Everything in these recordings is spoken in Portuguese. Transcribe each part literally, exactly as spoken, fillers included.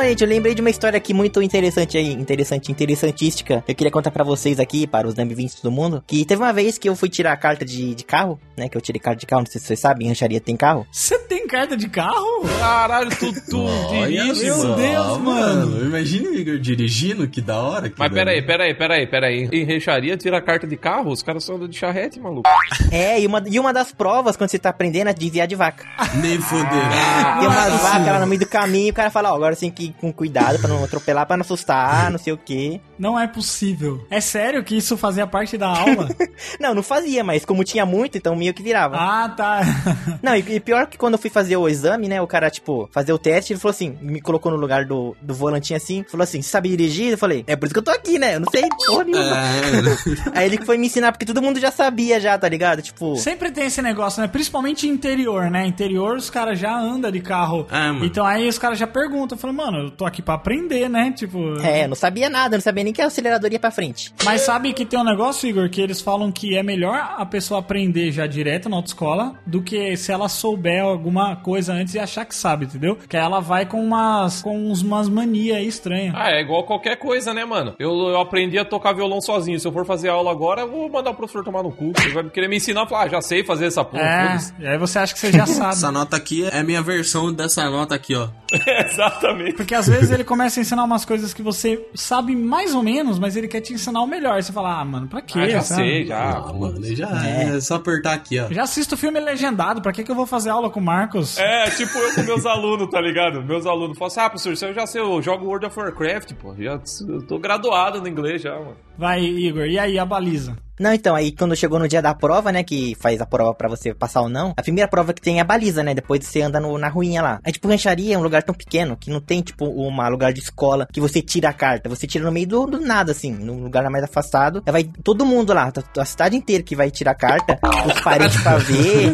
gente, eu lembrei de uma história aqui muito interessante aí, interessante, interessantística. Eu queria contar pra vocês aqui, para os Nambivintes do mundo, que teve uma vez que eu fui tirar a carta de, de carro, né, que eu tirei carta de carro, não sei se vocês sabem, em rancharia tem carro. Você tem carta de carro? Caralho, tu, tu dirige, Meu mano. Deus, mano. Imagina o Igor dirigindo, que da hora. Que Mas da peraí, hora. peraí, peraí, peraí. Em rancharia, tira a carta de carro, os caras só andam de charrete, maluco. É, e uma, e uma das provas, quando você tá aprendendo, é desviar de vaca. Nem foderá. Tem umas vacas lá no meio do caminho, o cara fala, ó, agora você tem que ir com cuidado pra não atropelar, pra não assustar, não sei o quê. Não é possível. É sério que isso fazia parte da aula? Não, não fazia, mas como tinha muito, então meio que virava. Ah, tá. Não, e, e pior que quando eu fui fazer o exame, né, o cara, tipo, fazer o teste, ele falou assim, me colocou no lugar do, do volantinho assim, falou assim, você sabe dirigir? Eu falei, é por isso que eu tô aqui, né, eu não sei porra nenhuma. É. Aí ele foi me ensinar, porque todo mundo já sabia já, tá ligado? Tipo... Sempre tem esse negócio, né? Principalmente interior, né? Interior, os caras já andam de carro. Ah, mano. Então aí os caras já perguntam, falam, mano, eu tô aqui pra aprender, né? Tipo... É, eu não sabia nada, eu não sabia nem que a acelerador ia pra frente. Mas sabe que tem um negócio, Igor, que eles falam que é melhor a pessoa aprender já direto na autoescola do que se ela souber alguma coisa antes e achar que sabe, entendeu? Que aí ela vai com umas, com uns, umas manias estranhas. Ah, é igual qualquer coisa, né, mano? Eu, eu aprendi a tocar violão sozinho. Se eu for fazer aula agora, eu vou mandar o professor tomar no cu. Ele vai querer me ensinar, falar, ah, já sei fazer essa porra. É, foda-se. e aí você acha que você já sabe. Essa nota aqui é a minha versão dessa nota aqui, ó. Exatamente. Porque às vezes ele começa a ensinar umas coisas que você sabe mais ou menos, mas ele quer te ensinar o melhor. Você fala, ah, mano, pra quê? Ah, já sabe? sei, já. Ah, mano, já é. é só apertar aqui, ó. Já assisto filme legendado, pra que que eu vou fazer aula com o Marcos? É, tipo eu com meus alunos, tá ligado? Meus alunos falam assim, ah, professor, eu já sei, eu jogo World of Warcraft, pô. Já, eu tô graduado no inglês já, mano. Vai, Igor, e aí a baliza? Não, então, aí quando chegou no dia da prova, né, que faz a prova pra você passar ou não, a primeira prova que tem é a baliza, né, depois você anda no, na ruinha lá. Aí, tipo, rancharia é um lugar tão pequeno que não tem, tipo, um lugar de escola que você tira a carta, você tira no meio do, do nada, assim, num lugar mais afastado. Aí vai todo mundo lá, a cidade inteira que vai tirar a carta, os parentes pra ver.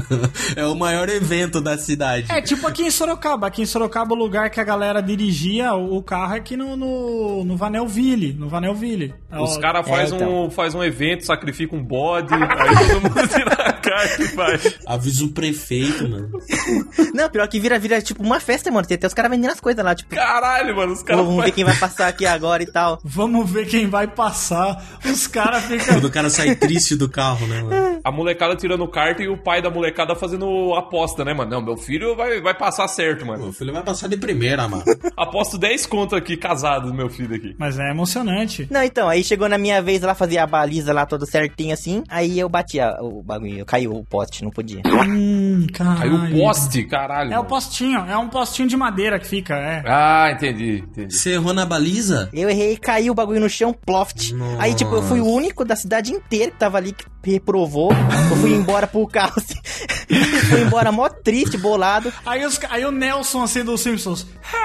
É o maior evento da cidade. É, tipo aqui em Sorocaba. Aqui em Sorocaba, o lugar que a galera dirigia o, o carro é aqui no, no, no Vanelville, no Vanelville. Os Ó, caras fazem é, então. um, faz um evento, sacrifica um bode, aí todo mundo tira a carta e vai. Avisa o prefeito, mano. Não, pior que vira, vira, tipo, uma festa, mano, tem até os caras vendendo as coisas lá, tipo, Caralho, mano, os pô, caras vamos ver quem vai passar aqui agora e tal. Vamos ver quem vai passar. Os caras ficam... Quando o cara sai triste do carro, né, mano? A molecada tirando carta e o pai da molecada fazendo aposta, né, mano? Não, meu filho vai, vai passar certo, mano. Meu filho vai passar de primeira, mano. Aposto dez conto aqui, casado, do meu filho aqui. Mas é emocionante. Não, então, aí chegou na minha vez lá, fazia a baliza lá todo certinho assim, aí eu batia o bagulho, caiu o poste, não podia. Hum, caralho. Aí o poste, caralho. É o mano. postinho, é um postinho de madeira que fica, é. Ah, entendi, entendi. Você errou na baliza? Eu errei, caiu o bagulho no chão, ploft. Nossa. Aí, tipo, eu fui o único da cidade inteira que tava ali que reprovou. Eu fui embora pro carro, assim. Fui embora mó triste, bolado. Aí, os, aí o Nelson, assim, dos Simpsons.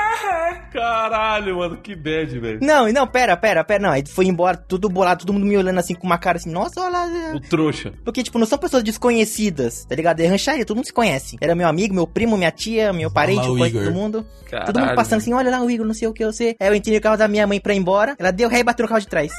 Caralho, mano, que bad, velho. Não, não, pera, pera, pera, não. Aí fui embora, tudo bolado, todo mundo me olhando assim com uma cara assim, nossa, olha lá. O trouxa. Porque, tipo, não são pessoas desconhecidas, tá ligado? É rancharia, todo mundo se conhece. Era meu amigo, meu primo, minha tia, meu parente, Olha lá o eu conheço Igor. todo mundo. Caralho. Todo mundo passando assim, olha lá o Igor, não sei o que eu sei. Aí eu entrei no carro da minha mãe pra ir embora, ela deu ré e bateu no carro de trás.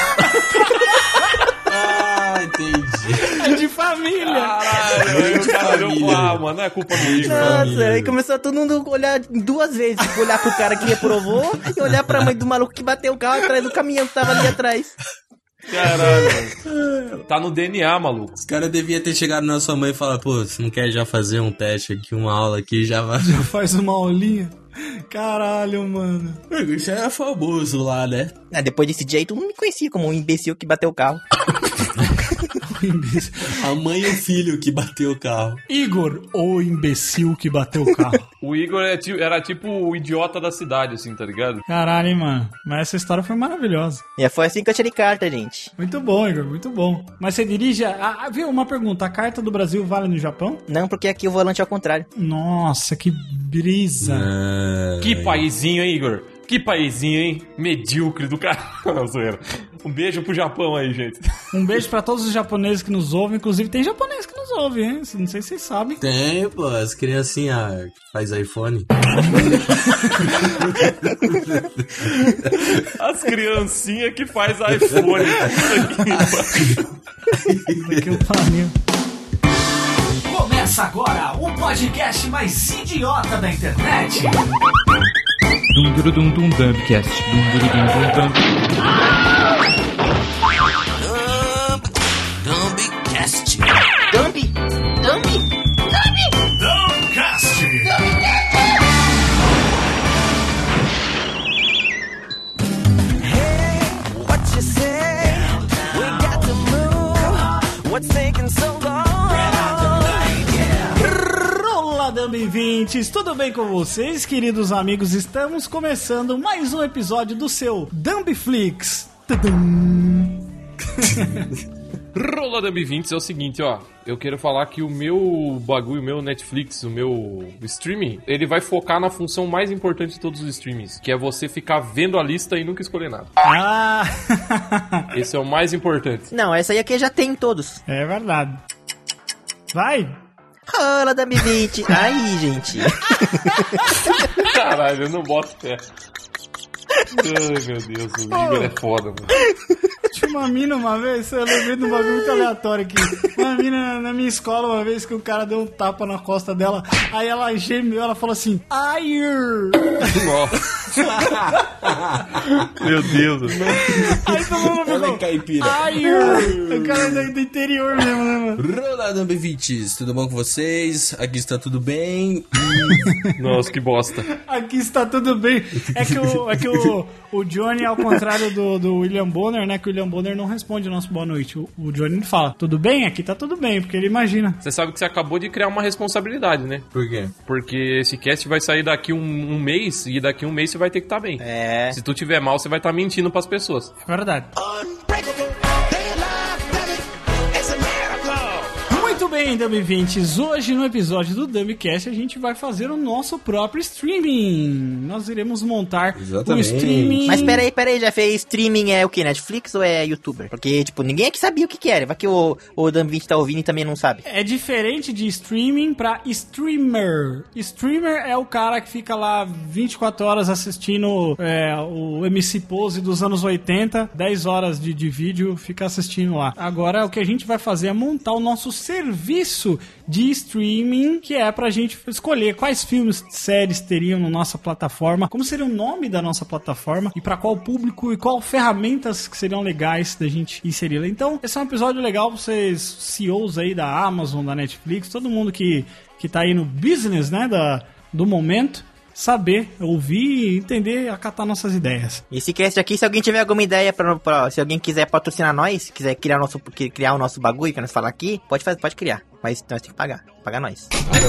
Ah, entendi. É de família. Caralho, aí o cara olhou família. pro ah, mano, não é culpa do Igor. Nossa, família, aí velho. começou todo mundo a olhar duas vezes. Tipo, olhar pro cara que reprovou e olhar pra mãe do maluco que bateu o carro atrás do caminhão que tava ali atrás. Caralho, mano. Tá no D N A, maluco. Os caras deviam ter chegado na sua mãe e falar, pô, você não quer já fazer um teste aqui, uma aula aqui, já vai... Já faz uma aulinha. Caralho, mano. Isso é famoso lá, né? Ah, depois desse dia aí, todo mundo me conhecia como um imbecil que bateu o carro. A mãe e o filho que bateu o carro. Igor, o imbecil que bateu o carro. O Igor é ti- era tipo o idiota da cidade, assim, tá ligado? Caralho, hein, mano. Mas essa história foi maravilhosa. E foi assim que eu tirei carta, gente. Muito bom, Igor, muito bom. Mas você dirige... A, a, viu, uma pergunta. A carta do Brasil vale no Japão? Não, porque aqui o volante é ao contrário. Nossa, que brisa. Ah, Que paizinho, hein, Igor? Que paizinho, hein? Medíocre do cara. Não, zoeira. Um beijo pro Japão aí, gente. Um beijo pra todos os japoneses que nos ouvem. Inclusive, tem japonês que nos ouve, hein? Não sei se vocês sabem. tem, pô, as criancinhas que faz iPhone. As criancinhas que faz iPhone. Que eu pariu. Começa agora o podcast mais idiota da internet. Dum dum dum dum Dumbcast. Dum dum dum dum dum. Dumbcast. Dumbi! Dumbi! Dumbcast! What you say? We got to move. What's taking so long? Olá, Dumb vintes, tudo bem com vocês, queridos amigos? Estamos começando mais um episódio do seu Dumbflix. Rola Dumb vintes é o seguinte, ó. Eu quero falar que o meu bagulho, o meu Netflix, o meu streaming, ele vai focar na função mais importante de todos os streamings, que é você ficar vendo a lista e nunca escolher nada. Ah! Esse é o mais importante. Não, essa aí aqui já tem em todos. É verdade. Vai! Rola da M vinte. Aí, gente. Caralho, eu não boto fé. Ai, meu Deus, o Igor é foda, mano. Tinha uma mina uma vez, eu lembrei de um bagulho muito aleatório aqui. Uma mina na minha escola uma vez que o cara deu um tapa na costa dela, aí ela gemeu, ela falou assim, Air! Nossa. Meu Deus. Aí todo mundo Ela é ficou, caipira. Air! O cara é do interior mesmo, né, mano? Olá, Dumbvintes, tudo bom com vocês? Aqui está tudo bem? Nossa, que bosta. Aqui está tudo bem. É que o, é que o, o Johnny, ao contrário do, do William Bonner, né? Que o William Bonner não responde o nosso boa noite. O, o Johnny fala, tudo bem? Aqui tá tudo bem, porque ele imagina. Você sabe que você acabou de criar uma responsabilidade, né? Por quê? Porque esse cast vai sair daqui um, um mês e daqui um mês você vai ter que estar bem. É. Se tu tiver mal, você vai estar mentindo pras pessoas. É verdade. Unbreakable, they alive, baby. It's a miracle. Muito bem, Dumb vintes. Hoje, no episódio do Dumbcast, a gente vai fazer o nosso próprio streaming. Nós iremos montar Exatamente. o streaming... Mas peraí, peraí, já fez streaming é o que? Netflix ou é YouTuber? Porque, tipo, ninguém aqui sabia o que que era. Vai que o, o Dan vinte tá ouvindo e também não sabe. É diferente de streaming pra streamer. Streamer é o cara que fica lá vinte e quatro horas assistindo é, o M C Pose dos anos oitenta, dez horas de, de vídeo, fica assistindo lá. Agora, o que a gente vai fazer é montar o nosso serviço de streaming, que é pra gente escolher quais filmes, séries teriam na nossa plataforma, como seria o nome da nossa plataforma e pra qual público e qual ferramentas que seriam legais da gente inserir lá. Então, esse é um episódio legal pra vocês, C E Os aí da Amazon, da Netflix, todo mundo que, que tá aí no business, né, da, do momento, saber, ouvir, entender, acatar nossas ideias. Esse cast aqui, se alguém tiver alguma ideia, pra, pra, se alguém quiser patrocinar nós, quiser criar o nosso, criar o nosso bagulho que nós falar aqui, pode fazer, pode criar. Mas nós temos que pagar. Pagar nós.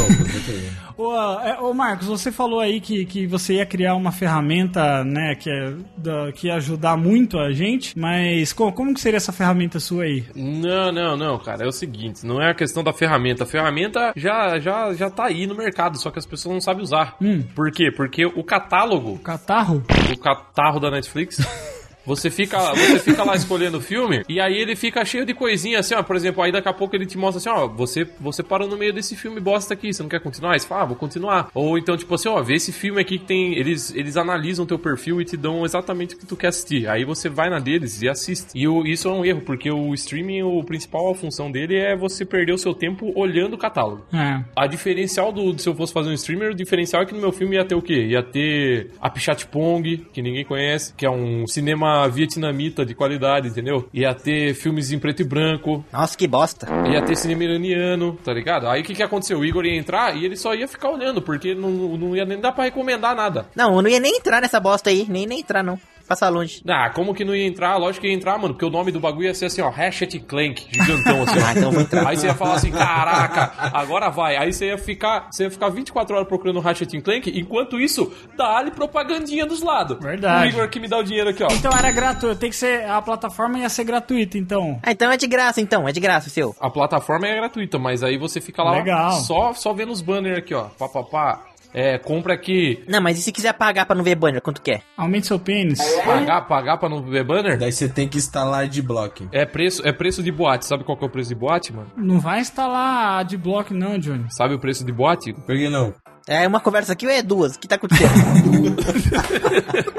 Ô, é, ô Marcos, você falou aí que, que você ia criar uma ferramenta, né, que, é da, que ia ajudar muito a gente, mas como, como que seria essa ferramenta sua aí? Não, não, não, cara. É o seguinte, não é a questão da ferramenta. A ferramenta já, já, já tá aí no mercado, só que as pessoas não sabem usar. Hum. Por quê? Porque o catálogo, Catarro? o catarro da Netflix... Você fica, você fica lá escolhendo o filme e aí ele fica cheio de coisinha assim, ó. Por exemplo, aí daqui a pouco ele te mostra assim, ó. Você, você parou no meio desse filme bosta aqui, você não quer continuar? Aí você fala, ah, vou continuar. Ou então, tipo assim, ó, vê esse filme aqui que tem... Eles, eles analisam teu perfil e te dão exatamente o que tu quer assistir. Aí você vai na deles e assiste. E o, isso é um erro, porque o streaming, o principal a função dele é você perder o seu tempo olhando o catálogo. É. A diferencial do, se eu fosse fazer um streamer, o diferencial é que no meu filme ia ter o quê? Ia ter a Pichatpong, que ninguém conhece, que é um cinema vietnamita de qualidade, entendeu? Ia ter filmes em preto e branco. Nossa, que bosta. Ia ter cinema iraniano, tá ligado? Aí o que que aconteceu? O Igor ia entrar e ele só ia ficar olhando, porque não, não ia nem dar pra recomendar nada. Não, eu não ia nem entrar nessa bosta aí. Nem, nem entrar, não. Passa longe. Ah, como que não ia entrar? Lógico que ia entrar, mano, porque o nome do bagulho ia ser assim, ó, Ratchet Clank, gigantão assim, ó. Ah, então vou entrar. Aí você ia falar assim, caraca, agora vai. Aí você ia ficar, você ia ficar vinte e quatro horas procurando o Ratchet Clank, enquanto isso, dá-lhe propagandinha dos lados. Verdade. O Igor que me dá o dinheiro aqui, ó. Então era gratuito, tem que ser, a plataforma ia ser gratuita, então. Ah, então é de graça, então. É de graça o seu. A plataforma é gratuita, mas aí você fica lá Legal. só, só vendo os banners aqui, ó. Pá, pá, pá. É, compra aqui. Não, mas e se quiser pagar pra não ver banner, quanto quer? Aumente seu pênis. Pagar, pagar pra não ver banner? Daí você tem que instalar adblock. É preço, é preço de boate. Sabe qual que é o preço de boate, mano? Não vai instalar a adblock não, Johnny. Sabe o preço de boate? Por que não? É uma conversa aqui ou é duas? O que tá acontecendo?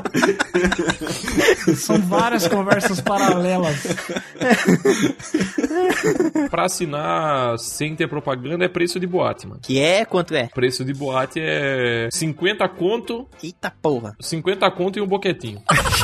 São várias conversas paralelas. Pra assinar sem ter propaganda é preço de boate, mano. Que é? Quanto é? Preço de boate é cinquenta conto, Eita porra. cinquenta conto e um boquetinho.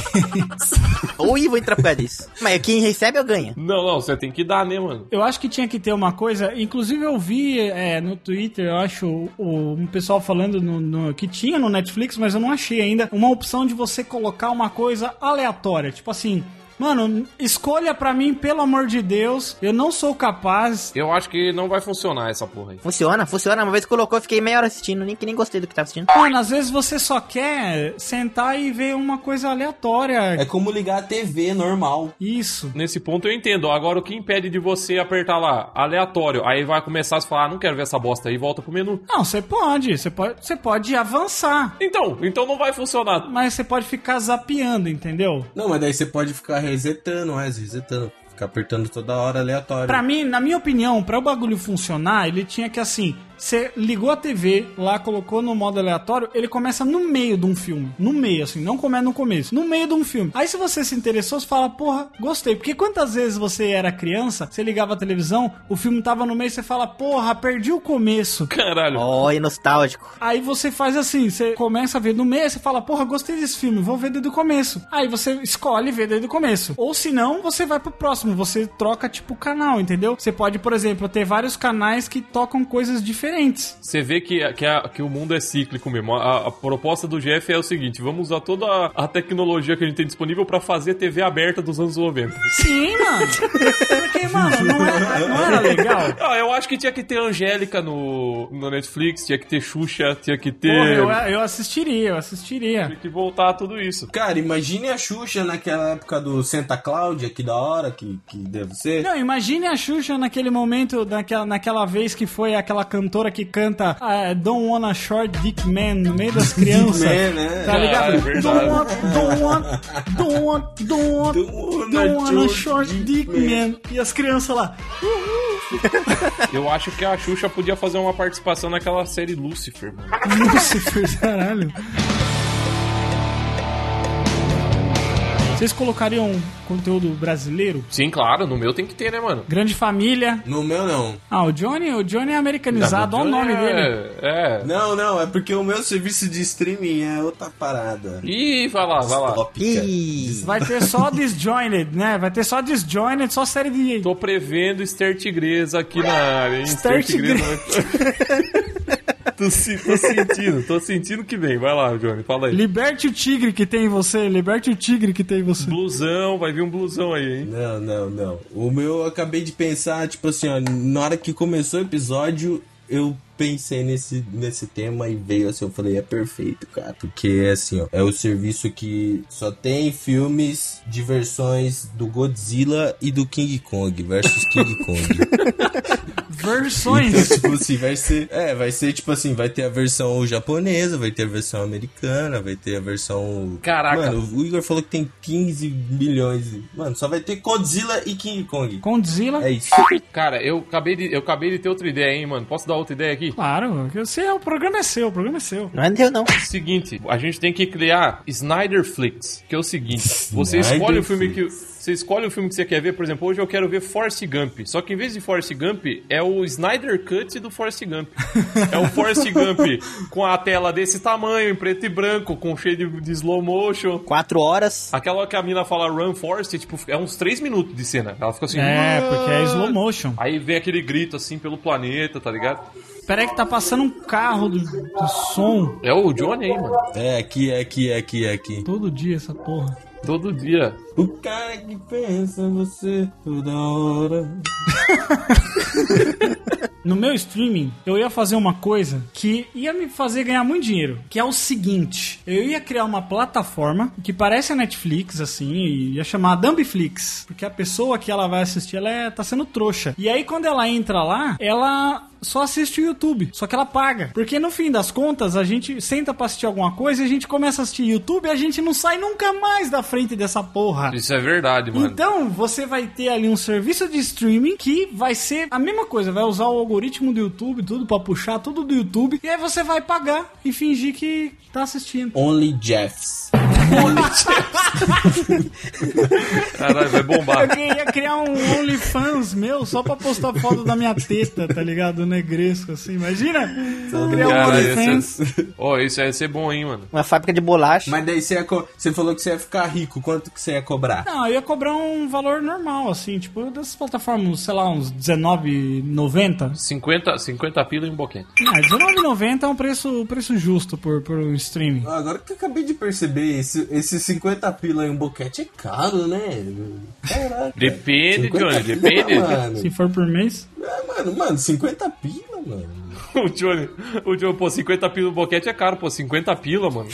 Oi, vou entrar por causa disso. Mas quem recebe ou ganha? Não, não, você tem que dar, né, mano? Eu acho que tinha que ter uma coisa, inclusive eu vi é, no Twitter, eu acho, o, um pessoal falando no, no- que tinha no Netflix, mas eu não achei ainda, uma opção de você colocar uma coisa aleatória, tipo assim... Mano, escolha pra mim, pelo amor de Deus. Eu não sou capaz. Eu acho que não vai funcionar essa porra aí. Funciona, funciona. Uma vez que colocou, eu fiquei meia hora assistindo, nem que nem gostei do que tava assistindo. Mano, às vezes você só quer sentar e ver uma coisa aleatória. É como ligar a T V normal. Isso. Nesse ponto eu entendo. Agora, o que impede de você apertar lá, aleatório, aí vai começar a falar, ah, não quero ver essa bosta aí, volta pro menu. Não, você pode. Você pode, você pode avançar. Então, então não vai funcionar. Mas você pode ficar zapeando, entendeu? Não, mas daí você pode ficar resetando, é, resetando. Ficar apertando toda hora aleatório. Pra mim, na minha opinião, pra o bagulho funcionar, ele tinha que assim... Você ligou a T V, lá colocou no modo aleatório, ele começa no meio de um filme. No meio, assim, não começa no começo. No meio de um filme. Aí se você se interessou, você fala, porra, gostei. Porque quantas vezes você era criança, você ligava a televisão, o filme tava no meio, você fala, porra, perdi o começo. Caralho. Oi, nostálgico. Aí você faz assim, você começa a ver no meio, você fala, porra, gostei desse filme, vou ver desde o começo. Aí você escolhe ver desde o começo. Ou se não, você vai pro próximo, você troca tipo o canal, entendeu? Você pode, por exemplo, ter vários canais que tocam coisas diferentes. Você vê que, que, a- que o mundo é cíclico mesmo. A, a proposta do Jeff é o seguinte: vamos usar toda a, a tecnologia que a gente tem disponível pra fazer T V aberta dos anos noventa. Sim, mano. Porque, mano, não era, não era legal. Ah, eu acho que tinha que ter Angélica no, no Netflix, tinha que ter Xuxa, tinha que ter. Porra, eu, eu assistiria, eu assistiria. Tinha que voltar tudo isso. Cara, imagine a Xuxa naquela época do Santa Cláudia, que da hora, que, que deve ser. Não, imagine a Xuxa naquele momento, naquela, naquela vez que foi aquela cantora que canta ah, Don't Wanna Short Dick Man no meio das crianças. Man, né? Tá ligado? Ah, é verdade. Don't want, don't want, don't want, don't want, Don't wanna don't wanna short short dick dick man. E as crianças lá. Eu acho que a Xuxa podia fazer uma participação naquela série Lucifer, mano. Lucifer, caralho. Vocês colocariam conteúdo brasileiro? Sim, claro, no meu tem que ter, né, mano? Grande Família. No meu, não. Ah, o Johnny, o Johnny é americanizado, olha o nome é, dele. É. Não, não, é porque o meu serviço de streaming é outra parada. Ih, vai lá, vai lá. Tópica. Ih. Vai ter só Disjointed, né? Vai ter só Disjointed, só série de... Tô prevendo Esther Tigresa aqui na área, hein? Esther tô, se- tô sentindo, tô sentindo que vem. Vai lá, Johnny, fala aí. Liberte o tigre que tem em você, liberte o tigre que tem em você. Blusão, vai vir um blusão aí, hein? Não, não, não. O meu eu acabei de pensar, tipo assim, ó, na hora que começou o episódio, eu pensei nesse, nesse tema e veio assim, eu falei, é perfeito, cara. Porque, assim, ó, é o serviço que só tem filmes de versões do Godzilla e do King Kong versus King Kong. Versões. Então, tipo assim, vai ser... É, vai ser, tipo assim, vai ter a versão japonesa, vai ter a versão americana, vai ter a versão... Caraca. Mano, o Igor falou que tem quinze milhões. de- Mano, só vai ter Godzilla e King Kong. Godzilla. É isso. Cara, eu acabei, de, eu acabei de ter outra ideia, hein, mano? Posso dar outra ideia aqui? Claro, que você, o programa é seu, o programa é seu. Não é deu, não. Seguinte, a gente tem que criar Snyder Flix, que é o seguinte, você Snyder escolhe o filme Flix. que você escolhe o filme que você quer ver, por exemplo, hoje eu quero ver Forrest Gump, só que em vez de Forrest Gump, é o Snyder Cut do Forrest Gump. É o Forrest Gump com a tela desse tamanho, em preto e branco, com cheio de, de slow motion. Quatro horas. Aquela que a mina fala Run Forrest, tipo, é uns três minutos de cena. Ela fica assim... É, porque é slow motion. Aí vem aquele grito assim pelo planeta, tá ligado? Pera aí que tá passando um carro do, do som É o Johnny aí, mano. É, aqui, é aqui, é aqui, é aqui. todo dia, essa porra. Todo dia. O cara que pensa você toda hora. No meu streaming, eu ia fazer uma coisa que ia me fazer ganhar muito dinheiro, que é o seguinte: eu ia criar uma plataforma que parece a Netflix, assim, e ia chamar Dumbflix, porque a pessoa que ela vai assistir, ela é, tá sendo trouxa. E aí, quando ela entra lá, ela só assiste o YouTube, só que ela paga. Porque no fim das contas, a gente senta pra assistir alguma coisa e a gente começa a assistir YouTube e a gente não sai nunca mais da frente dessa porra. Isso é verdade, mano. Então, você vai ter ali um serviço de streaming que vai ser a mesma coisa, vai usar o algoritmo do YouTube, tudo pra puxar tudo do YouTube, e aí você vai pagar e fingir que tá assistindo. Only Jeffs. Caralho, vai bombar. Eu queria criar um OnlyFans meu só pra postar foto da minha teta, tá ligado? Negresco, assim, imagina? Criar um Cara, OnlyFans. Ó, isso ia ser bom, hein, mano. Uma fábrica de bolacha. Mas daí você, ia co- você falou que você ia ficar rico. Quanto que você ia cobrar? Não, eu ia cobrar um valor normal, assim, tipo, dessas plataformas, sei lá, uns dezenove reais e noventa centavos. cinquenta, cinquenta pila e um boquete. Ah, dezenove reais e noventa centavos é um preço, preço justo por, por um streaming. Ah, agora que eu acabei de perceber, esse, esse cinquenta pila em um boquete é caro, né? Caraca. Depende, cinquenta Johnny, pila, depende. Mano. Se for por mês. É, mano, mano, cinquenta pila, mano. O Johnny, o Johnny, pô, cinquenta pila no boquete é caro, pô, cinquenta pila, mano.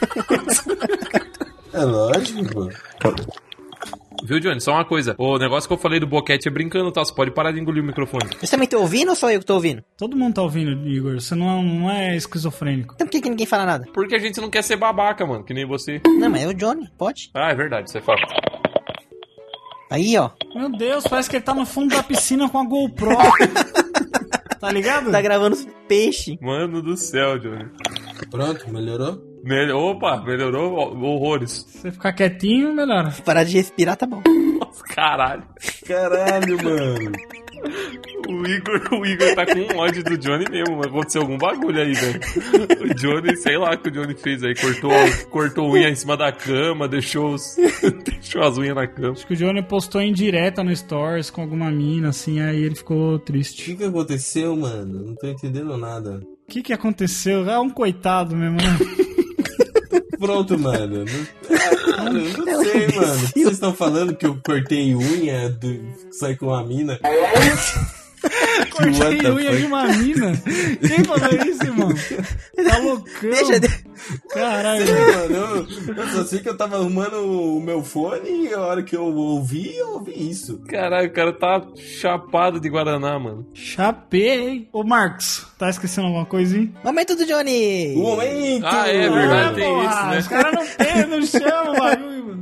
É lógico, pô. Viu, Johnny? Só uma coisa. O negócio que eu falei do boquete é brincando, tá? Você pode parar de engolir o microfone. Você também tá ouvindo ou só eu que tô ouvindo? Todo mundo tá ouvindo, Igor. Você não, não é esquizofrênico. Então por que, que ninguém fala nada? Porque a gente não quer ser babaca, mano, que nem você. Não, mas é o Johnny, pode. Ah, é verdade, você fala. Aí, ó. Meu Deus, parece que ele tá no fundo da piscina com a GoPro. Tá ligado? Tá gravando os peixes. Mano do céu, Johnny. Pronto, melhorou? Mel- Opa, melhorou horrores. Se você ficar quietinho, melhora. Se parar de respirar, tá bom. Nossa, caralho. Caralho, mano. O Igor, o Igor tá com um ódio do Johnny mesmo. Aconteceu algum bagulho aí, velho. O Johnny, sei lá o que o Johnny fez aí. Cortou, cortou unha em cima da cama, deixou, os, deixou as unhas na cama. Acho que o Johnny postou em direta no Stories com alguma mina, assim, aí ele ficou O triste. que que aconteceu, mano? Não tô entendendo nada. O que que aconteceu? É um coitado mesmo, né? Pronto, mano. Não, ah, mano, eu não sei, mano. O que vocês estão falando que eu cortei unha, do, saí com uma mina? What Cortei the unha fuck? de uma mina. Quem falou isso, irmão? Tá loucão. Deixa de... Caralho. Mano, eu, eu só sei que eu tava arrumando o meu fone e a hora que eu ouvi, eu ouvi isso. Caralho, o cara tá chapado de Guaraná, mano. Chapei, hein? Ô, Marcos, tá esquecendo alguma coisa, hein? Momento do Johnny! O momento! Ah, é verdade, Ah, tem porra, isso, né? Os caras não tem, não chamam o bagulho, mano.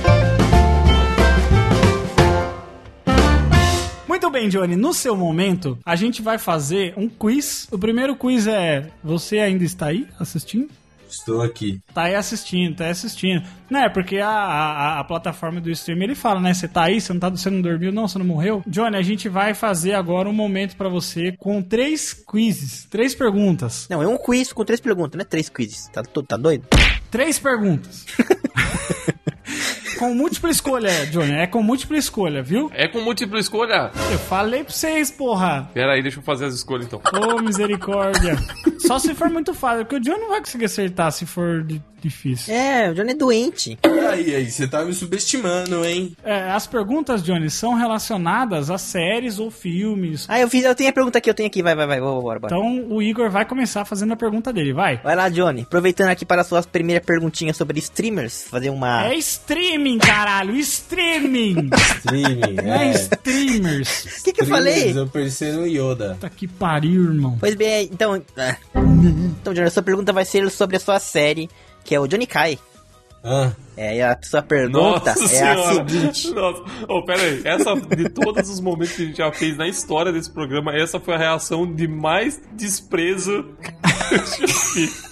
Muito bem, Johnny, no seu momento, a gente vai fazer um quiz. O primeiro quiz é: você ainda está aí assistindo? Estou aqui. Tá aí assistindo, tá aí assistindo. Não é, porque a, a, a plataforma do stream, ele fala, né? Você tá aí, você não, tá, você não dormiu, não, você não morreu. Johnny, a gente vai fazer agora um momento pra você com três quizzes, três perguntas. Não, é um quiz com três perguntas, não é três quizzes. Tá, tô- tá doido? Três perguntas. Com múltipla escolha, Johnny, é com múltipla escolha, viu? É com múltipla escolha. Eu falei pra vocês, porra. Pera aí, deixa eu fazer as escolhas então. Ô, misericórdia. Só se for muito fácil, porque o Johnny não vai conseguir acertar se for di- difícil. É, o Johnny é doente. Aí, aí, você tá me subestimando, hein? É, as perguntas, Johnny, são relacionadas a séries ou filmes. Ah, eu fiz, eu tenho a pergunta aqui, eu tenho aqui, vai, vai, vai, bora, bora, bora. Então o Igor vai começar fazendo a pergunta dele, vai. Vai lá, Johnny. Aproveitando aqui para a sua primeira perguntinha sobre streamers, fazer uma... É streaming, caralho, streaming. Streaming, Não é é. streamers. O que que eu falei? Eu pensei no Yoda. Puta que pariu, irmão. Pois bem, então... ah. Então, Johnny, a sua pergunta vai ser sobre a sua série, que é o Johnny Kai. Ah, É, e a sua pergunta Nossa é senhora. a seguinte. Nossa. Oh, pera aí. Essa, de todos os momentos que a gente já fez na história desse programa, essa foi a reação de mais desprezo que eu já fiz.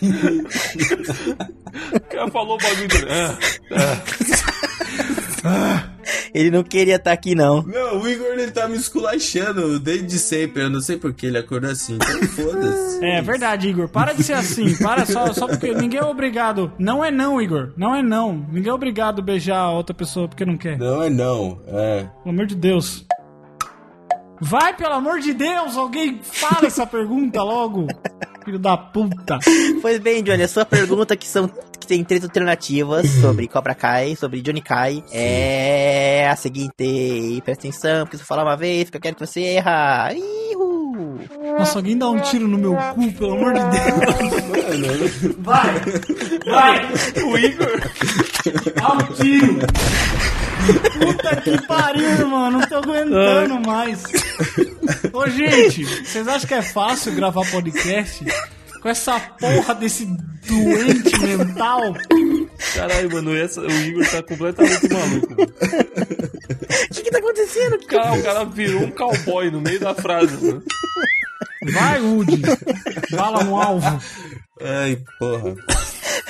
O cara falou o bagulho dele. Ah, ah. Ele não queria estar aqui, não. não, o Igor ele tá me esculachando desde sempre. Eu não sei porque ele acordou assim. Então foda-se. É verdade, Igor. Para de ser assim. Para só, só porque ninguém é obrigado. Não é não, Igor. Não é não. Ninguém é obrigado a beijar a outra pessoa porque não quer. Não é não. É. Pelo amor de Deus. Vai, pelo amor de Deus. Alguém fala essa pergunta logo. Filho da puta. Pois bem, Johnny, a sua pergunta que são que tem três alternativas sobre Cobra Kai, sobre Johnny Kai, é a seguinte. Presta atenção, porque se eu falar uma vez, porque eu quero que você erra. Ihu. Nossa, alguém dá um tiro no meu cu, pelo amor de Deus. Mano, Vai! Vai! O Igor. Dá um tiro! Puta que pariu, irmão. Não tô aguentando mais. Ô, gente, vocês acham que é fácil gravar podcast com essa porra desse doente mental? Caralho, mano, essa, o Igor tá completamente maluco. Mano. O que que tá acontecendo? Que que eu Cara, o fiz? cara virou um cowboy no meio da frase, mano. Vai, Woody. Bala no alvo. ai, porra.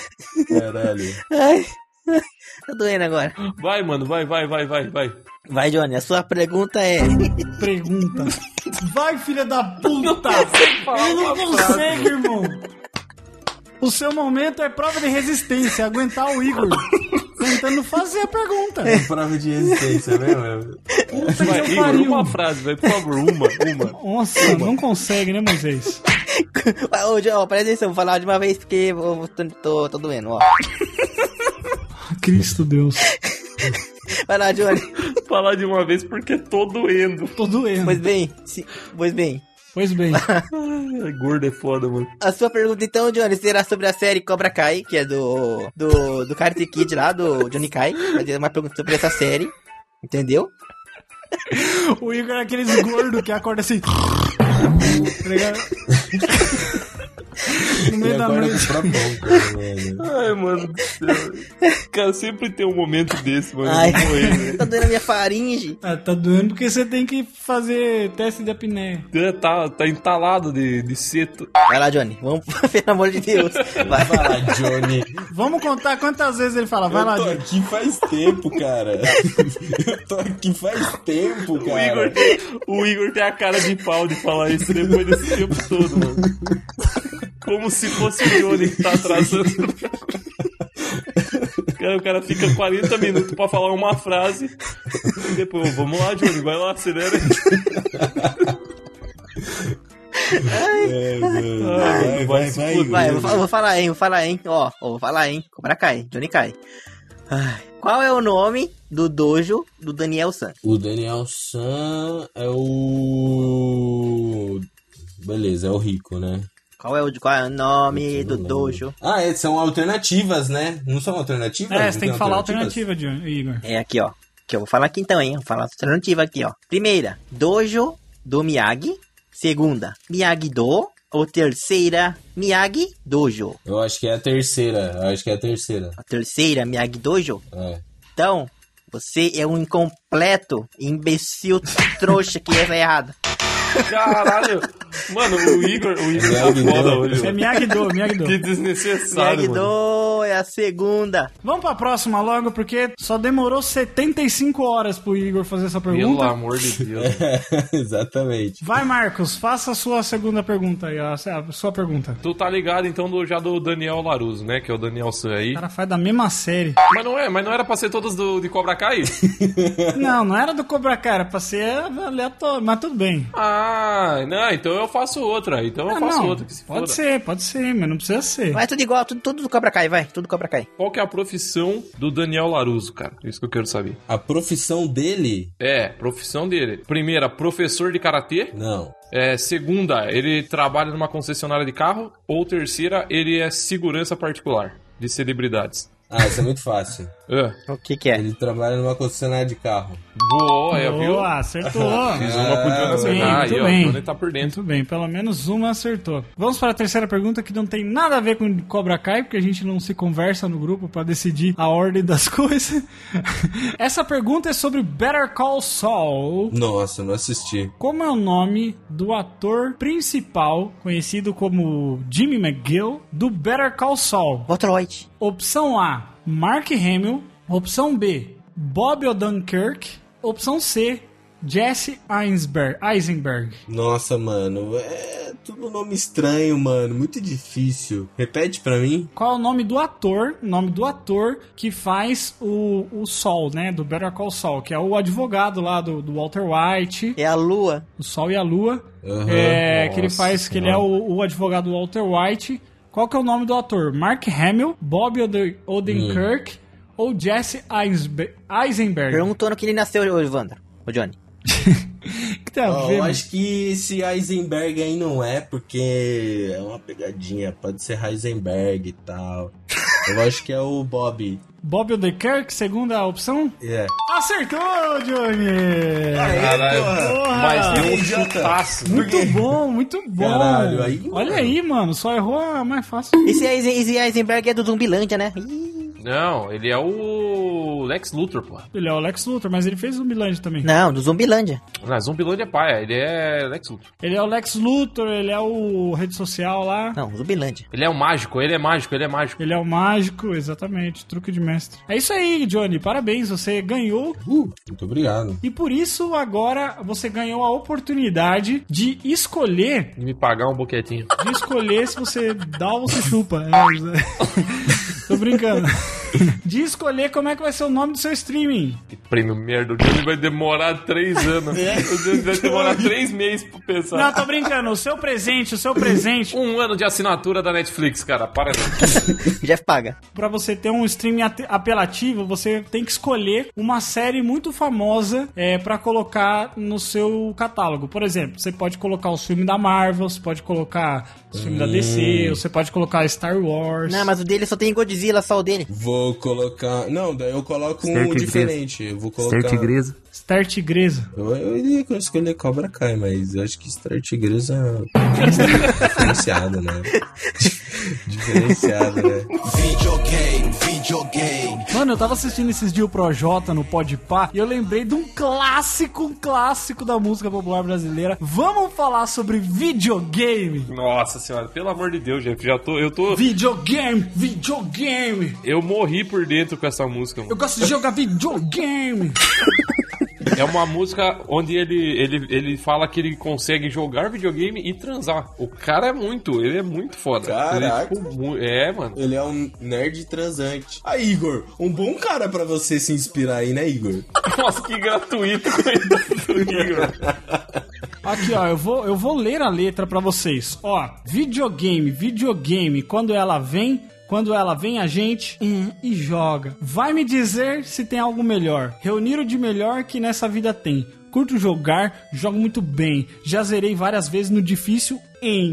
Caralho. Ai, tá doendo agora. Vai, mano, vai, vai, vai, vai, vai. Vai, Johnny, a sua pergunta é... Pergunta. Vai, filha da puta! Ele não consegue, irmão. O seu momento é prova de resistência, aguentar o Igor tentando fazer a pergunta. Prova de resistência, né, mano? Puta Vai, que Igor, pariu. uma frase, vai, por favor, uma, uma. Nossa, não consegue, né, Moisés? Ô, Johnny, presta atenção, vou falar de uma vez porque eu tô, tô, tô doendo, ó. Cristo Deus. Vai lá, Johnny. Falar de uma vez porque tô doendo. Tô doendo. Pois bem, se, pois bem. Pois bem. Ai, gordo é foda, mano. A sua pergunta então, Johnny, será sobre a série Cobra Kai, que é do do, do Karate Kid lá, do Johnny Kai. Vai ter uma pergunta sobre essa série, entendeu? O Igor é aqueles gordos que acorda assim. Tá ligado? No meio E da agora noite. pra boca, mano. Ai, mano do céu. Cara, sempre tem um momento desse, mano. Ai, Eu vou morrer, né? tá doendo a minha faringe. Ah, tá doendo porque você tem que fazer teste de apneia. É, Tá, tá entalado de, de ceto. Vai lá, Johnny, vamos, pelo amor de Deus. Vai. Vai lá, Johnny. Vamos contar quantas vezes ele fala, vai Eu lá, tô Johnny. aqui faz tempo, cara. Eu tô aqui faz tempo, O cara. Igor, tem, o Igor tem a cara de pau de falar isso depois desse tempo todo, mano. Como se fosse o Johnny que tá atrasando. Cara, o cara fica quarenta minutos pra falar uma frase. E depois, vamos lá, Johnny, vai lá, acelera. É, mano. Vai, vai, vai, Igor. Vai, eu vou, eu vou falar, hein, vou falar, hein. Ó, ó, vou falar, hein. Cobra Kai, Johnny Kai. Ai, qual é o nome do dojo do Daniel San? O Daniel San é o... Beleza, é o rico, né? Qual é o, qual é o nome Eu do não dojo? lembro. Ah, é, são alternativas, né? Não são alternativas? É, Não você tem que falar a alternativas? alternativa, Johnny, Igor. É aqui, ó. Que eu vou falar aqui então, hein. Vou falar a alternativa aqui, ó. Primeira, dojo do Miyagi. Segunda, Miyagi-Do. Ou terceira, Miyagi Dojo. Eu acho que é a terceira. Eu acho que é a terceira. A terceira, Miyagi Dojo. É. Então, você é um incompleto, imbecil, trouxa que é errado. Caralho. Mano, o Igor, o Igor tá Miyagi-Do. foda hoje. É mano. Miyagi-Do, Miyagi-Do. Que desnecessário, mano. Miyagi-Do é a segunda. Vamos pra próxima logo, porque só demorou setenta e cinco horas pro Igor fazer essa Pelo pergunta. amor de Deus. Exatamente. Vai, Marcos, faça a sua segunda pergunta aí, a, a sua pergunta. Tu tá ligado, então, do, já do Daniel Laruso, né? Que é o Daniel San aí. O cara faz da mesma série. Mas não é, mas não era pra ser todos do, de Cobra Kai? Não, não era do Cobra Kai, era pra ser aleatório, mas tudo bem. Ah, não, então eu faço outra. Então eu Ah, faço não, outra, que se pode foda. ser, pode ser, mas não precisa ser. Vai tudo igual, tudo, tudo do Cobra Kai, vai. Tudo do Cobra Kai. Qual que é a profissão do Daniel Laruso, cara? Isso que eu quero saber. A profissão dele? É, profissão dele. Primeira, professor de karatê. Não. É, segunda, ele trabalha numa concessionária de carro. Ou terceira, ele é segurança particular de celebridades. Ah, isso é muito fácil. Ah, O que que é? Ele trabalha numa concessionária de carro. boa, é, viu? Boa, acertou. Fiz uma pro Johnny Ah, acertar. bem, Aí, muito ó, bem. o Johnny tá por dentro. Muito bem, pelo menos uma acertou. Vamos para a terceira pergunta, que não tem nada a ver com Cobra Kai, porque a gente não se conversa no grupo para decidir a ordem das coisas. Essa pergunta é sobre Better Call Saul. Nossa, não assisti. Como é o nome do ator principal, conhecido como Jimmy McGill, do Better Call Saul? Walter White. Opção A, Mark Hamill. Opção B, Bob Odenkirk. Opção C, Jesse Eisenberg. Eisenberg. Nossa, mano, é tudo nome estranho, mano. Muito difícil. Repete pra mim. Qual é o nome do ator, o nome do ator que faz o, o Saul, né, do Better Call Saul, que é o advogado lá do, do Walter White, É a lua. o Sol e a Lua, Aham. é, que ele Nossa faz, que ele é o, o advogado do Walter White. Qual que é o nome do ator? Mark Hamill, Bob Ode- Odenkirk ou Jesse Eisenbe- Eisenberg? Perguntou no que ele nasceu, ô Evandro. Ô Johnny. que tem a Ó, ver, eu mano? acho que esse Heisenberg aí não é, porque é uma pegadinha. Pode ser Heisenberg e tal. Eu acho que é o Bob. Bob Odenkirk, segunda opção? É. Acertou, Johnny! Caralho. Porra! Mas deu um Idiota. chutaço. Muito bom, muito bom. Caralho, aí, Olha mano. aí, mano, só errou a mais fácil. Esse, Eisen- esse Eisenberg é do Zumbilândia, né? Ih, Não, ele é o Lex Luthor, pô. Ele é o Lex Luthor, mas ele fez Zumbilândia também. Não, do Zumbilândia. Não, Zumbilândia é paia, ele é Lex Luthor. Ele é o Lex Luthor, ele é o rede social lá. Não, Zumbilândia. Ele é o mágico, ele é mágico, ele é mágico. Ele é o mágico, exatamente, truque de mestre. É isso aí, Johnny, parabéns, você ganhou. Uh, muito obrigado. E por isso, agora, você ganhou a oportunidade de escolher, Me pagar um boquetinho. de escolher se você dá ou você chupa. É, tô brincando. De escolher como é que vai ser o nome do seu streaming. Que prêmio merda, o Johnny vai demorar três anos. O Johnny vai demorar três meses pra pensar. Não, tô brincando, o seu presente, o seu presente, Um ano de assinatura da Netflix, cara, para não. Jeff paga. pra você ter um streaming ate- apelativo, você tem que escolher uma série muito famosa é, pra colocar no seu catálogo. Por exemplo, você pode colocar os filmes da Marvel, você pode colocar os filmes da D C, você pode colocar Star Wars. Não, mas o dele só tem Godzilla, só o dele. Vou colocar... Não, daí eu coloco um Ser tigresa. diferente. Eu vou colocar... Ser tigresa. Star Tigresa. Eu, eu iria escolher Cobra Kai, mas eu acho que Star Tigresa é diferenciado, né? Diferenciado, né? Videogame, videogame. Mano, eu tava assistindo esses dias o Projota no Podpah e eu lembrei de um clássico, um clássico da música popular brasileira. Vamos falar sobre videogame. Nossa senhora, pelo amor de Deus, Jeff, já tô, eu tô... Videogame, videogame. Eu morri por dentro com essa música, mano. Eu gosto de jogar videogame. É uma música onde ele, ele, ele fala que ele consegue jogar videogame e transar. O cara é muito, ele é muito foda. Caraca. Ele, tipo, mu- é, mano. Ele é um nerd transante. Ah, Igor, um bom cara pra você se inspirar aí, né, Igor? Nossa, que gratuito, coitado do Igor. Aqui, ó, eu vou, eu vou ler a letra pra vocês. Ó, videogame, videogame, quando ela vem... Quando ela vem, a gente hum, e joga. Vai me dizer se tem algo melhor. Reunir o de melhor que nessa vida tem. Curto jogar, jogo muito bem. Já zerei várias vezes no difícil em.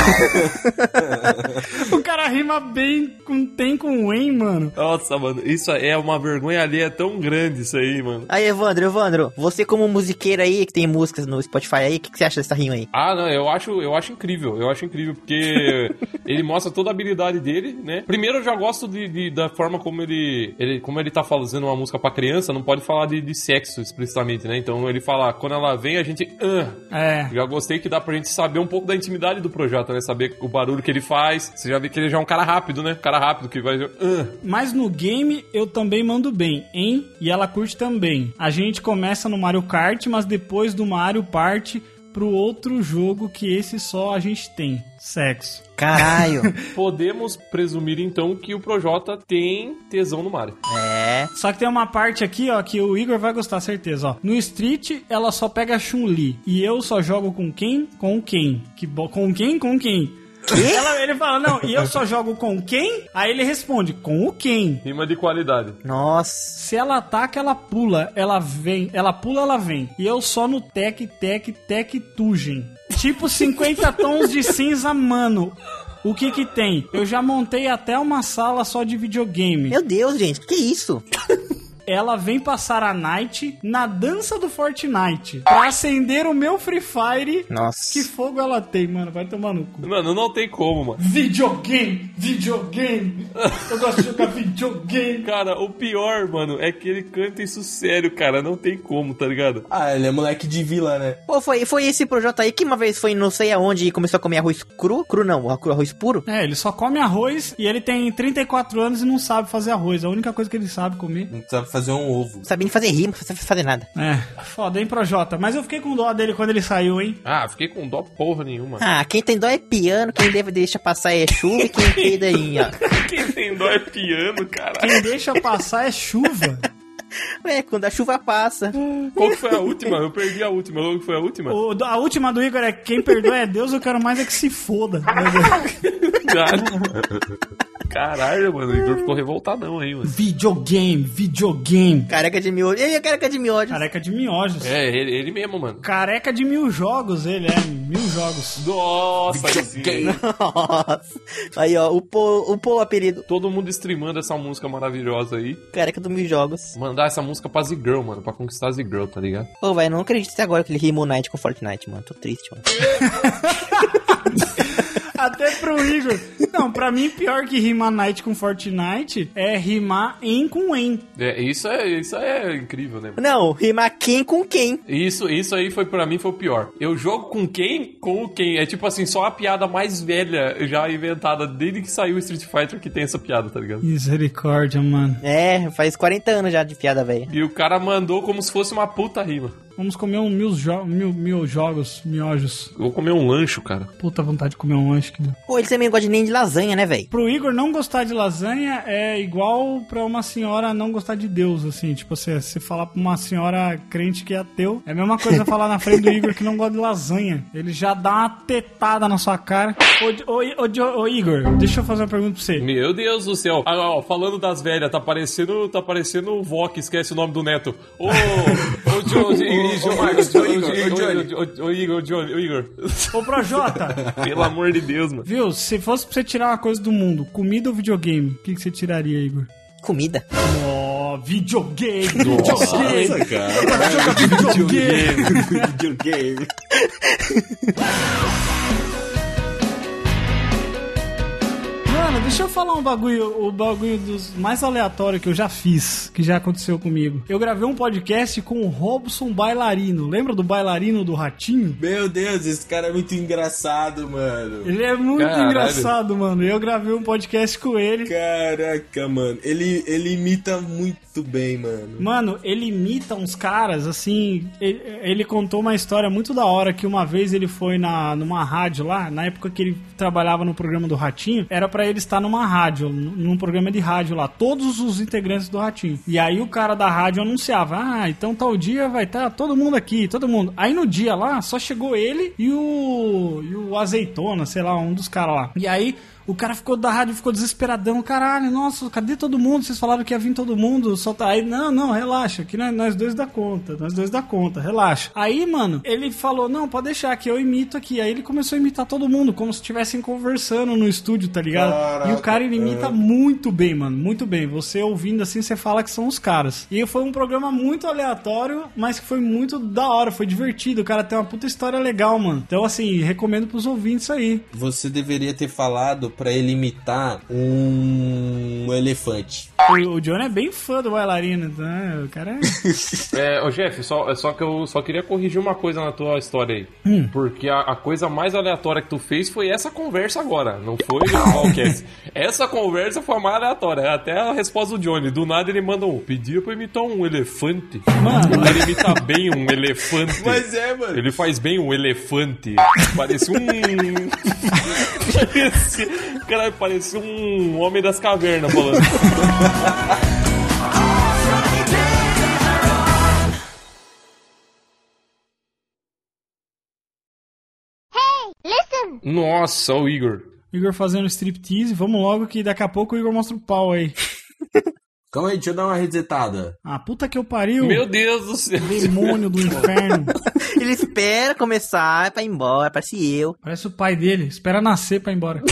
O cara rima bem com tem com em, mano. Nossa, mano, isso é uma vergonha alheia tão grande isso aí, mano. Aí, Evandro, Evandro, você como musiqueiro aí, que tem músicas no Spotify aí, o que, que você acha dessa rima aí? Ah, não, eu acho, eu acho incrível, eu acho incrível, porque ele mostra toda a habilidade dele, né? Primeiro eu já gosto de, de- da forma como ele, ele, como ele tá fazendo uma música pra criança, não pode falar de, de sexo explicitamente, né? Então ele fala, quando ela vem, a gente... Ah. É. Já gostei que dá pra gente saber um pouco da intimidade do Projota, né? Saber o barulho que ele faz, você já vê que ele já é um cara rápido, né? Um cara rápido que vai... Ah. Mas no game eu também mando bem, hein? E ela curte também. A gente começa no Mario Kart, mas depois do Mario parte pro outro jogo que esse só a gente tem. Sexo. Caralho. Podemos presumir, então, que o Projota tem tesão no Mario. É. Só que tem uma parte aqui, ó, que o Igor vai gostar, certeza, ó. No Street, ela só pega a Chun-Li. E eu só jogo com quem? Com quem? Que bo... Com quem? Com quem? Ela, ele fala, não, e eu só jogo com quem? Aí ele responde, com o quem? Rima de qualidade. Nossa. Se ela ataca, ela pula, ela vem, ela pula, ela vem. E eu só no tec, tec, tec, tugen. Tipo cinquenta tons de cinza, mano. O que que tem? Eu já montei até uma sala só de videogame. Meu Deus, gente, que que é isso? Ela vem passar a night na dança do Fortnite pra acender o meu Free Fire. Nossa. Que fogo ela tem, mano. Vai tomar no cu. Mano, não tem como, mano. Videogame, videogame. Eu gosto de jogar videogame. Cara, o pior, mano, é que ele canta isso sério, cara. Não tem como, tá ligado? Ah, ele é moleque de vila, né? Pô, foi, foi esse Projota aí que uma vez foi não sei aonde e começou a comer arroz cru? Cru não, arroz puro? É, ele só come arroz e ele tem trinta e quatro anos e não sabe fazer arroz. É a única coisa que ele sabe comer. Não sabe fazer um ovo. Não sabia nem fazer rima, não sabia fazer nada. É, foda, hein, Projota? Mas eu fiquei com dó dele quando ele saiu, hein? Ah, fiquei com dó porra nenhuma. Ah, quem tem dó é piano, quem deve deixa passar é chuva e quem peida aí, ó. Quem tem dó é piano, caralho. Quem deixa passar é chuva. Ué, quando a chuva passa. Qual que foi a última? Eu perdi a última. Qual que foi a última? O- a última do Igor é quem perdoa é Deus, eu quero mais é que se foda. Caralho, mano. O Igor ficou revoltadão aí, mano. Videogame, videogame. Careca de miúdo. E aí, careca de miúdo? Careca de miojos. É, ele, ele mesmo, mano. Careca de mil jogos, ele é. Mil jogos. Nossa, aí sim. Nossa. Aí, ó, o Pô, o Pô, o apelido. Todo mundo streamando essa música maravilhosa aí. Careca do mil jogos. Mandar essa música pra Z-Girl, mano. Pra conquistar a Z-Girl, tá ligado? Pô, velho, não acredito até agora que ele rimou Night com Fortnite, mano. Tô triste, mano. Até pro Igor. Não, pra mim, pior que rimar Night com Fortnite é rimar em com em. É, isso, é, isso é incrível, né? Não, rimar quem com quem. Isso, isso aí foi pra mim foi o pior. Eu jogo com quem? Com o quem. É tipo assim, só a piada mais velha já inventada desde que saiu o Street Fighter que tem essa piada, tá ligado? Misericórdia, mano. É, faz quarenta anos já de piada, velho. E o cara mandou como se fosse uma puta rima. Vamos comer um mil, jo- mil, mil jogos, miojos. Eu vou comer um lancho, cara. Puta vontade de comer um lanche. Que... Pô, ele também não gosta nem de lasanha, né, velho? Pro Igor não gostar de lasanha é igual pra uma senhora não gostar de Deus, assim. Tipo, você, você falar pra uma senhora crente que é ateu, é a mesma coisa falar na frente do Igor que não gosta de lasanha. Ele já dá uma tetada na sua cara. Ô, ô, ô, ô, ô Igor, deixa eu fazer uma pergunta pra você. Meu Deus do céu. Ah, ó, falando das velhas, tá parecendo, tá parecendo o Vó que esquece o nome do neto. Ô, ô, Johnny, ô, Igor, Johnny, ô, Igor. Ô, Projota. Pelo amor de Deus, mano. Viu, se fosse pra você tirar uma coisa do mundo, comida ou videogame, o que, que você tiraria, Igor? Comida. Ó, oh, videogame, Nossa, videogame. cara. Videogame. Videogame. Mano, deixa eu falar um bagulho, o bagulho dos mais aleatórios que eu já fiz, que já aconteceu comigo. Eu gravei um podcast com o Robson Bailarino. Lembra do bailarino do Ratinho? Meu Deus, esse cara é muito engraçado, mano. Ele é muito Caralho. engraçado, mano. Eu gravei um podcast com ele. Caraca, mano. Ele, ele imita muito bem, mano. Mano, ele imita uns caras, assim... Ele, ele contou uma história muito da hora, que uma vez ele foi na, numa rádio lá, na época que ele trabalhava no programa do Ratinho, era pra ele estar numa rádio, num programa de rádio lá, todos os integrantes do Ratinho. E aí o cara da rádio anunciava, ah, então tal dia vai estar todo mundo aqui, todo mundo. Aí no dia lá, só chegou ele e o, e o Azeitona, sei lá, um dos caras lá. E aí... O cara ficou da rádio, ficou desesperadão. Caralho, nossa, cadê todo mundo? Vocês falaram que ia vir todo mundo. Só tá aí. Não, não, relaxa. Que nós, nós dois dá conta. Nós dois dá conta, relaxa. Aí, mano, ele falou, não, pode deixar que eu imito aqui. Aí ele começou a imitar todo mundo, como se estivessem conversando no estúdio, tá ligado? Caraca, e o cara, ele imita é. muito bem, mano. Muito bem. Você ouvindo assim, você fala que são os caras. E foi um programa muito aleatório, mas que foi muito da hora. Foi divertido. O cara tem uma puta história legal, mano. Então, assim, recomendo pros ouvintes aí. Você deveria ter falado pra ele imitar um elefante. O, o Johnny é bem fã do bailarino, né? O cara é... É, ô Jeff, só, só que eu só queria corrigir uma coisa na tua história aí. Hum. Porque a, a coisa mais aleatória que tu fez foi essa conversa agora, não foi o podcast. Essa conversa foi a mais aleatória. Até a resposta do Johnny. Do nada ele manda um, pedia pra imitar um elefante. Mano. Ele imita bem um elefante. Mas é, mano. Ele faz bem um elefante. Parece um... Parece... Cara, parece um homem das cavernas falando. Nossa, o Igor. Igor fazendo striptease. Vamos logo que daqui a pouco o Igor mostra o pau aí. Calma aí, deixa eu dar uma resetada. Ah, puta que eu pariu. Meu Deus do céu. Demônio do inferno. Ele espera começar pra ir embora, parece eu. Parece o pai dele. Espera nascer pra ir embora.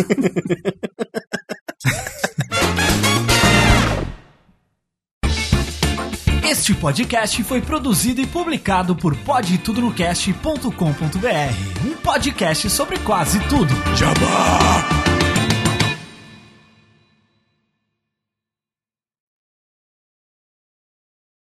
Este podcast foi produzido e publicado por pode tudo no cast ponto com ponto b r, um podcast sobre quase tudo. Jabá!